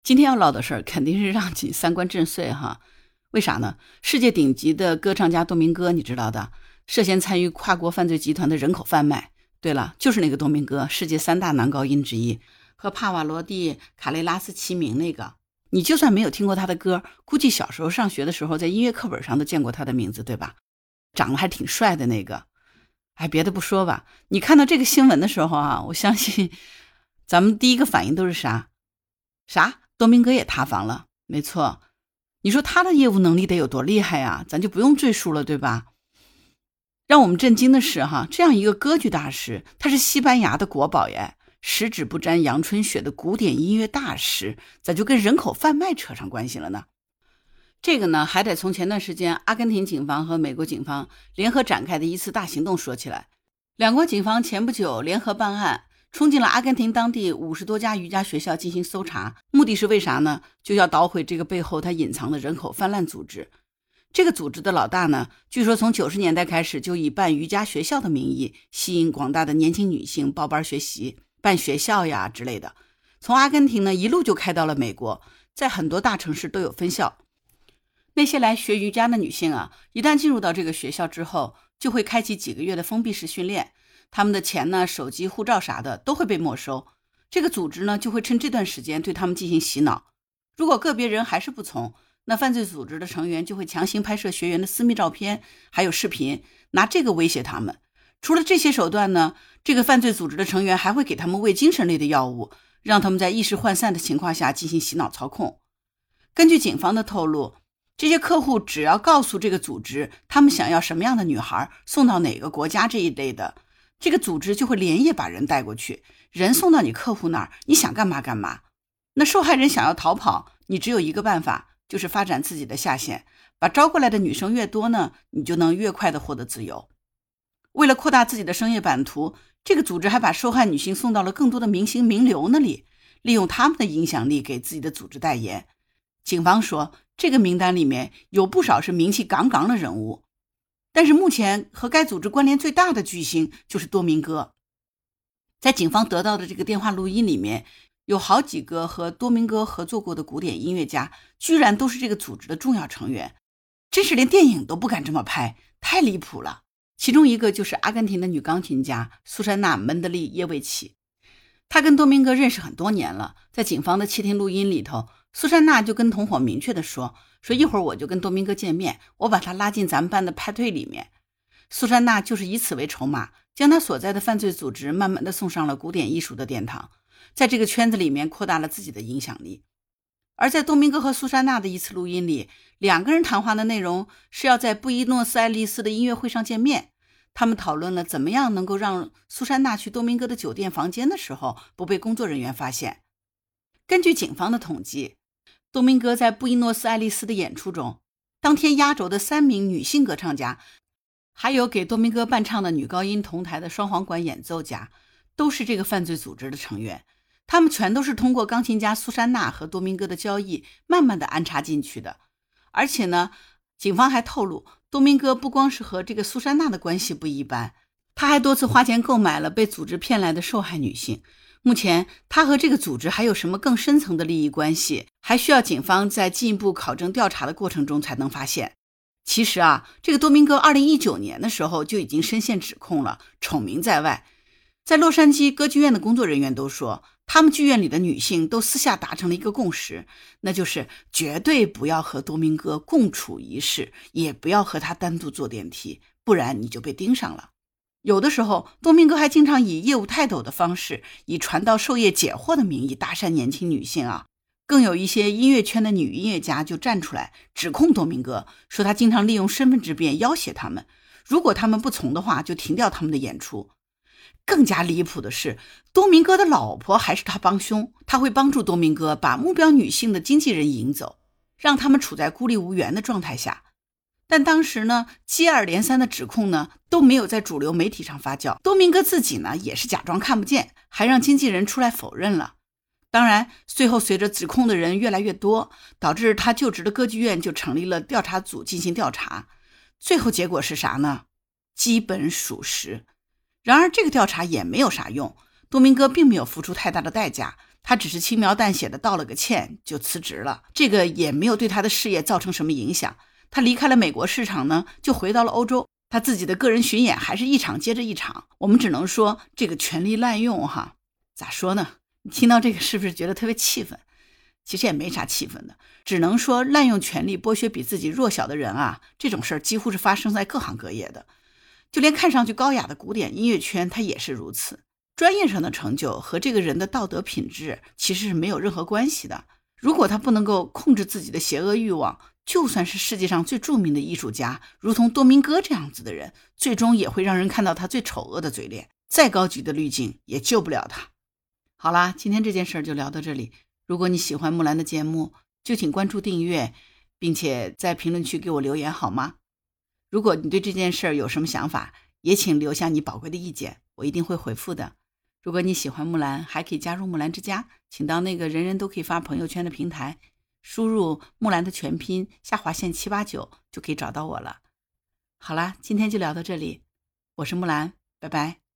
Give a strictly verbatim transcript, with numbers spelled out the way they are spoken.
今天要唠的事儿肯定是让你三观震碎哈。为啥呢？世界顶级的歌唱家多明戈，你知道的，涉嫌参与跨国犯罪集团的人口贩卖。对了，就是那个多明戈，世界三大男高音之一，和帕瓦罗蒂、卡雷拉斯齐名那个。你就算没有听过他的歌，估计小时候上学的时候在音乐课本上都见过他的名字，对吧？长得还挺帅的那个。哎，别的不说吧，你看到这个新闻的时候啊，我相信咱们第一个反应都是啥？啥？多明戈也塌房了？没错。你说他的业务能力得有多厉害呀？咱就不用赘述了，对吧？让我们震惊的是哈，这样一个歌剧大师，他是西班牙的国宝耶，十指不沾阳春雪的古典音乐大师，咋就跟人口贩卖扯上关系了呢？这个呢，还得从前段时间阿根廷警方和美国警方联合展开的一次大行动说起来。两国警方前不久联合办案，冲进了阿根廷当地五十多家瑜伽学校进行搜查，目的是为啥呢？就要捣毁这个背后他隐藏的人口泛滥组织。这个组织的老大呢，据说从九十年代开始就以办瑜伽学校的名义吸引广大的年轻女性报班学习，办学校呀之类的。从阿根廷呢一路就开到了美国，在很多大城市都有分校。那些来学瑜伽的女性啊，一旦进入到这个学校之后，就会开启几个月的封闭式训练，他们的钱呢、手机、护照啥的都会被没收。这个组织呢，就会趁这段时间对他们进行洗脑。如果个别人还是不从，那犯罪组织的成员就会强行拍摄学员的私密照片，还有视频，拿这个威胁他们。除了这些手段呢，这个犯罪组织的成员还会给他们喂精神类的药物，让他们在意识涣散的情况下进行洗脑操控。根据警方的透露，这些客户只要告诉这个组织他们想要什么样的女孩，送到哪个国家这一类的，这个组织就会连夜把人带过去，人送到你客户那儿，你想干嘛干嘛。那受害人想要逃跑，你只有一个办法，就是发展自己的下线，把招过来的女生越多呢，你就能越快的获得自由。为了扩大自己的商业版图，这个组织还把受害女性送到了更多的明星名流那里，利用他们的影响力给自己的组织代言。警方说，这个名单里面有不少是名气杠杠的人物，但是目前和该组织关联最大的巨星就是多明戈。在警方得到的这个电话录音里面，有好几个和多明戈合作过的古典音乐家，居然都是这个组织的重要成员，真是连电影都不敢这么拍，太离谱了。其中一个就是阿根廷的女钢琴家苏珊娜·门德利耶维奇，她跟多明戈认识很多年了，在警方的窃听录音里头，苏珊娜就跟同伙明确的说，说一会儿我就跟多明戈见面，我把他拉进咱们班的派对里面。苏珊娜就是以此为筹码，将他所在的犯罪组织慢慢的送上了古典艺术的殿堂，在这个圈子里面扩大了自己的影响力。而在多明戈和苏珊娜的一次录音里，两个人谈话的内容是要在布宜诺斯艾利斯的音乐会上见面。他们讨论了怎么样能够让苏珊娜去多明戈的酒店房间的时候不被工作人员发现。根据警方的统计，多明戈在布宜诺斯艾利斯的演出中，当天压轴的三名女性歌唱家，还有给多明戈伴唱的女高音同台的双簧管演奏家，都是这个犯罪组织的成员。他们全都是通过钢琴家苏珊娜和多明戈的交易慢慢的安插进去的。而且呢，警方还透露，多明戈不光是和这个苏珊娜的关系不一般，他还多次花钱购买了被组织骗来的受害女性。目前他和这个组织还有什么更深层的利益关系，还需要警方在进一步考证调查的过程中才能发现。其实啊，这个多明戈二零一九年的时候就已经深陷指控了，丑名在外。在洛杉矶歌剧院的工作人员都说，他们剧院里的女性都私下达成了一个共识，那就是绝对不要和多明戈共处一室，也不要和他单独坐电梯，不然你就被盯上了。有的时候，多明戈还经常以业务泰斗的方式，以传道授业解惑的名义搭讪年轻女性啊。更有一些音乐圈的女音乐家就站出来指控多明戈，说他经常利用身份之便要挟他们，如果他们不从的话，就停掉他们的演出。更加离谱的是，多明戈的老婆还是他帮凶，他会帮助多明戈把目标女性的经纪人引走，让他们处在孤立无援的状态下。但当时呢，接二连三的指控呢都没有在主流媒体上发酵，多明戈自己呢也是假装看不见，还让经纪人出来否认了。当然，最后随着指控的人越来越多，导致他就职的歌剧院就成立了调查组进行调查。最后结果是啥呢？基本属实。然而这个调查也没有啥用，多明戈并没有付出太大的代价， 他只是轻描淡写的道了个歉就辞职了，这个也没有对他的事业造成什么影响。他离开了美国市场呢，就回到了欧洲，他自己的个人巡演还是一场接着一场。我们只能说这个权力滥用哈，咋说呢？你听到这个是不是觉得特别气愤？其实也没啥气愤的，只能说滥用权力剥削比自己弱小的人啊，这种事儿几乎是发生在各行各业的，就连看上去高雅的古典音乐圈它也是如此。专业上的成就和这个人的道德品质其实是没有任何关系的。如果他不能够控制自己的邪恶欲望，就算是世界上最著名的艺术家，如同多明戈这样子的人，最终也会让人看到他最丑恶的嘴脸，再高级的滤镜也救不了他。好啦，今天这件事就聊到这里。如果你喜欢木兰的节目，就请关注订阅，并且在评论区给我留言好吗？如果你对这件事有什么想法，也请留下你宝贵的意见，我一定会回复的。如果你喜欢木兰，还可以加入木兰之家，请到那个人人都可以发朋友圈的平台，输入木兰的全拼下划线七八九就可以找到我了。好啦，今天就聊到这里，我是木兰，拜拜。